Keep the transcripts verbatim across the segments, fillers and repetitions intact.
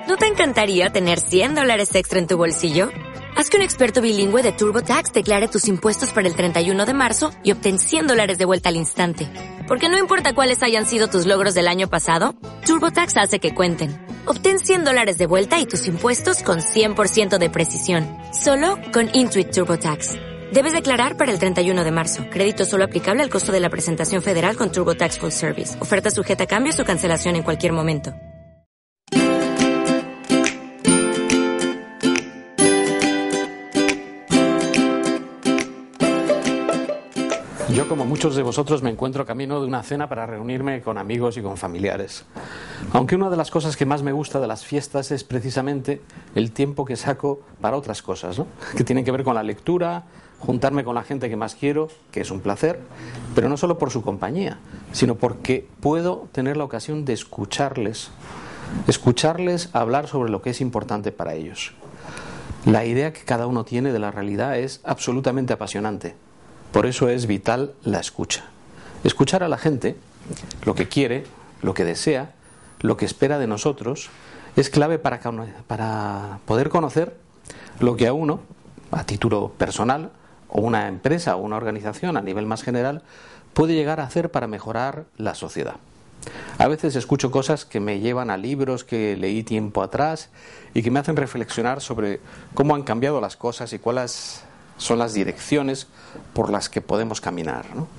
¿No te encantaría tener cien dólares extra en tu bolsillo? Haz que un experto bilingüe de TurboTax declare tus impuestos para el treinta y uno de marzo y obtén cien dólares de vuelta al instante. Porque no importa cuáles hayan sido tus logros del año pasado, TurboTax hace que cuenten. Obtén cien dólares de vuelta y tus impuestos con cien por ciento de precisión. Solo con Intuit TurboTax. Debes declarar para el treinta y uno de marzo. Crédito solo aplicable al costo de la presentación federal con TurboTax Full Service. Oferta sujeta a cambios o cancelación en cualquier momento. Yo, como muchos de vosotros, me encuentro camino de una cena para reunirme con amigos y con familiares. Aunque una de las cosas que más me gusta de las fiestas es precisamente el tiempo que saco para otras cosas, ¿no? Que tienen que ver con la lectura, juntarme con la gente que más quiero, que es un placer, pero no solo por su compañía, sino porque puedo tener la ocasión de escucharles, escucharles hablar sobre lo que es importante para ellos. La idea que cada uno tiene de la realidad es absolutamente apasionante. Por eso es vital la escucha. Escuchar a la gente, lo que quiere, lo que desea, lo que espera de nosotros, es clave para, para poder conocer lo que a uno, a título personal, o una empresa o una organización a nivel más general, puede llegar a hacer para mejorar la sociedad. A veces escucho cosas que me llevan a libros que leí tiempo atrás y que me hacen reflexionar sobre cómo han cambiado las cosas y cuáles son las direcciones por las que podemos caminar, ¿no?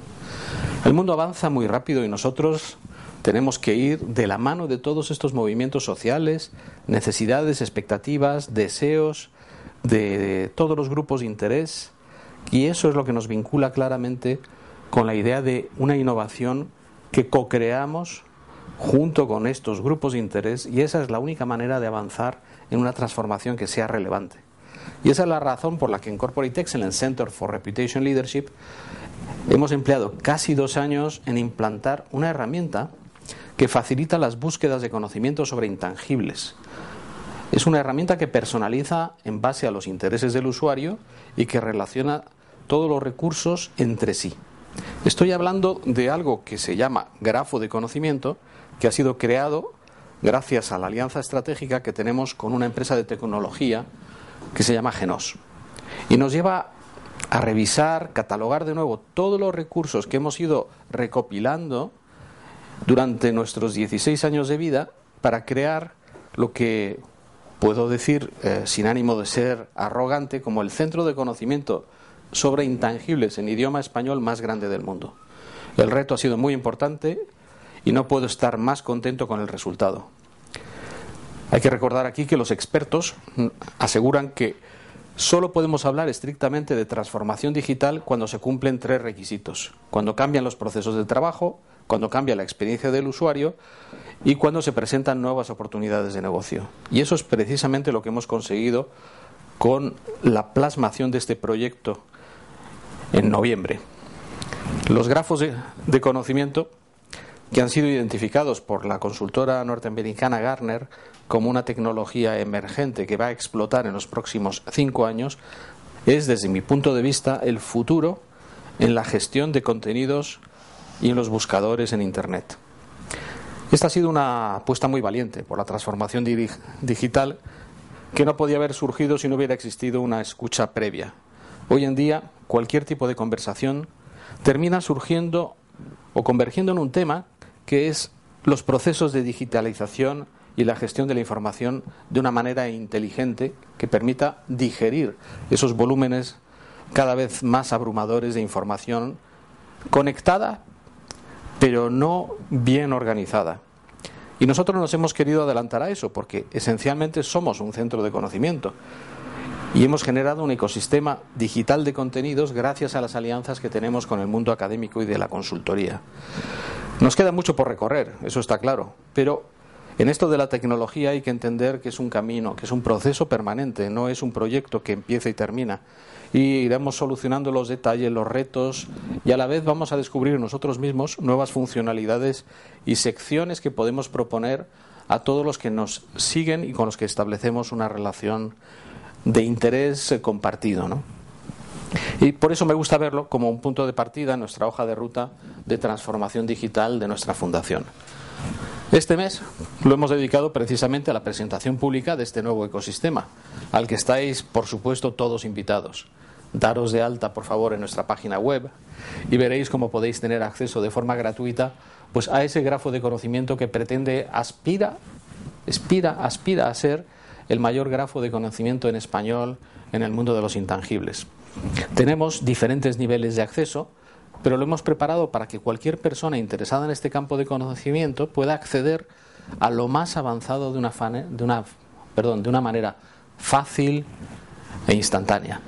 El mundo avanza muy rápido y nosotros tenemos que ir de la mano de todos estos movimientos sociales, necesidades, expectativas, deseos de, de todos los grupos de interés, y eso es lo que nos vincula claramente con la idea de una innovación que co-creamos junto con estos grupos de interés, y esa es la única manera de avanzar en una transformación que sea relevante. Y esa es la razón por la que en Corporate Excellence Center for Reputation Leadership hemos empleado casi dos años en implantar una herramienta que facilita las búsquedas de conocimiento sobre intangibles. Es una herramienta que personaliza en base a los intereses del usuario y que relaciona todos los recursos entre sí. Estoy hablando de algo que se llama grafo de conocimiento, que ha sido creado gracias a la alianza estratégica que tenemos con una empresa de tecnología que se llama Genos, y nos lleva a revisar, catalogar de nuevo todos los recursos que hemos ido recopilando durante nuestros dieciséis años de vida para crear lo que puedo decir, eh, sin ánimo de ser arrogante, como el centro de conocimiento sobre intangibles en idioma español más grande del mundo. El reto ha sido muy importante y no puedo estar más contento con el resultado. Hay que recordar aquí que los expertos aseguran que solo podemos hablar estrictamente de transformación digital cuando se cumplen tres requisitos: cuando cambian los procesos de trabajo, cuando cambia la experiencia del usuario y cuando se presentan nuevas oportunidades de negocio. Y eso es precisamente lo que hemos conseguido con la plasmación de este proyecto en noviembre. Los grafos de, de conocimiento, que han sido identificados por la consultora norteamericana Gartner como una tecnología emergente que va a explotar en los próximos cinco años, es, desde mi punto de vista, el futuro en la gestión de contenidos y en los buscadores en Internet. Esta ha sido una apuesta muy valiente por la transformación digital, que no podía haber surgido si no hubiera existido una escucha previa. Hoy en día, cualquier tipo de conversación termina surgiendo o convergiendo en un tema que es los procesos de digitalización y la gestión de la información de una manera inteligente que permita digerir esos volúmenes cada vez más abrumadores de información conectada, pero no bien organizada. Y nosotros nos hemos querido adelantar a eso porque esencialmente somos un centro de conocimiento y hemos generado un ecosistema digital de contenidos gracias a las alianzas que tenemos con el mundo académico y de la consultoría. Nos queda mucho por recorrer, eso está claro, pero en esto de la tecnología hay que entender que es un camino, que es un proceso permanente, no es un proyecto que empieza y termina. Y iremos solucionando los detalles, los retos, y a la vez vamos a descubrir nosotros mismos nuevas funcionalidades y secciones que podemos proponer a todos los que nos siguen y con los que establecemos una relación de interés compartido, ¿no? Y por eso me gusta verlo como un punto de partida en nuestra hoja de ruta de transformación digital de nuestra fundación. Este mes lo hemos dedicado precisamente a la presentación pública de este nuevo ecosistema, al que estáis, por supuesto, todos invitados. Daros de alta, por favor, en nuestra página web y veréis cómo podéis tener acceso de forma gratuita pues, a ese grafo de conocimiento que pretende, aspira, aspira, aspira a ser el mayor grafo de conocimiento en español en el mundo de los intangibles. Tenemos diferentes niveles de acceso, pero lo hemos preparado para que cualquier persona interesada en este campo de conocimiento pueda acceder a lo más avanzado de una, de una, perdón, de una manera fácil e instantánea.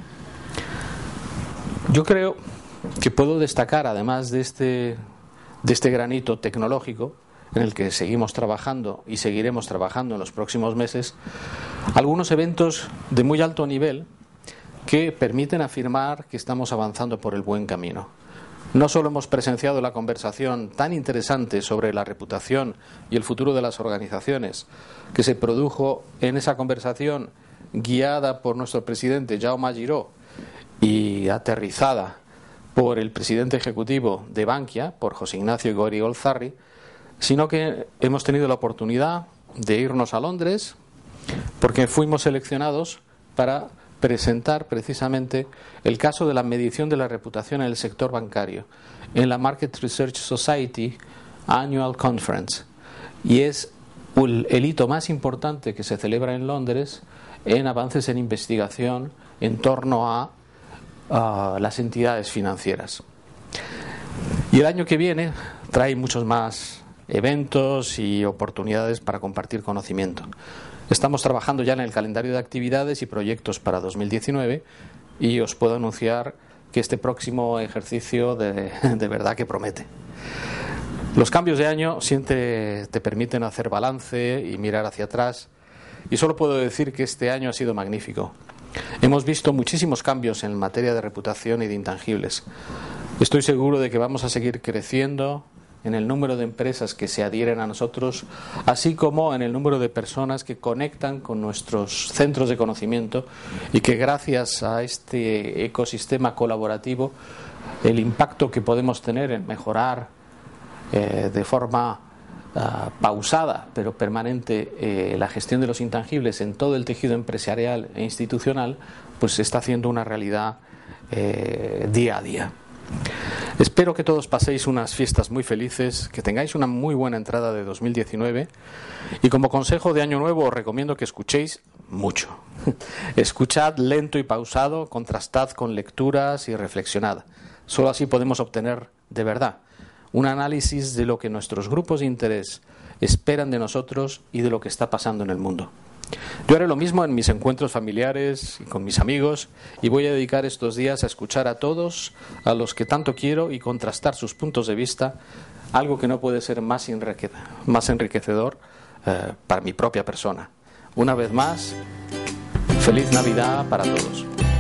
Yo creo que puedo destacar, además de este, de este granito tecnológico en el que seguimos trabajando y seguiremos trabajando en los próximos meses, algunos eventos de muy alto nivel que permiten afirmar que estamos avanzando por el buen camino. No solo hemos presenciado la conversación tan interesante sobre la reputación y el futuro de las organizaciones, que se produjo en esa conversación guiada por nuestro presidente Jaume Giró y aterrizada por el presidente ejecutivo de Bankia, por José Ignacio Gori-Golzarri, sino que hemos tenido la oportunidad de irnos a Londres porque fuimos seleccionados para presentar precisamente el caso de la medición de la reputación en el sector bancario en la Market Research Society Annual Conference, y es el hito más importante que se celebra en Londres en avances en investigación en torno a, a las entidades financieras. Y el año que viene trae muchos más eventos y oportunidades para compartir conocimiento. Estamos trabajando ya en el calendario de actividades y proyectos para dos mil diecinueve y os puedo anunciar que este próximo ejercicio de, de verdad que promete. Los cambios de año siempre te permiten hacer balance y mirar hacia atrás, y solo puedo decir que este año ha sido magnífico. Hemos visto muchísimos cambios en materia de reputación y de intangibles. Estoy seguro de que vamos a seguir creciendo en el número de empresas que se adhieren a nosotros, así como en el número de personas que conectan con nuestros centros de conocimiento, y que gracias a este ecosistema colaborativo el impacto que podemos tener en mejorar eh, de forma uh, pausada pero permanente eh, la gestión de los intangibles en todo el tejido empresarial e institucional, pues se está haciendo una realidad eh, día a día. Espero que todos paséis unas fiestas muy felices, que tengáis una muy buena entrada de dos mil diecinueve, y como consejo de año nuevo os recomiendo que escuchéis mucho. Escuchad lento y pausado, contrastad con lecturas y reflexionad. Solo así podemos obtener de verdad un análisis de lo que nuestros grupos de interés esperan de nosotros y de lo que está pasando en el mundo. Yo haré lo mismo en mis encuentros familiares y con mis amigos, y voy a dedicar estos días a escuchar a todos, a los que tanto quiero, y contrastar sus puntos de vista, algo que no puede ser más, enrique- más enriquecedor eh, para mi propia persona. Una vez más, feliz Navidad para todos.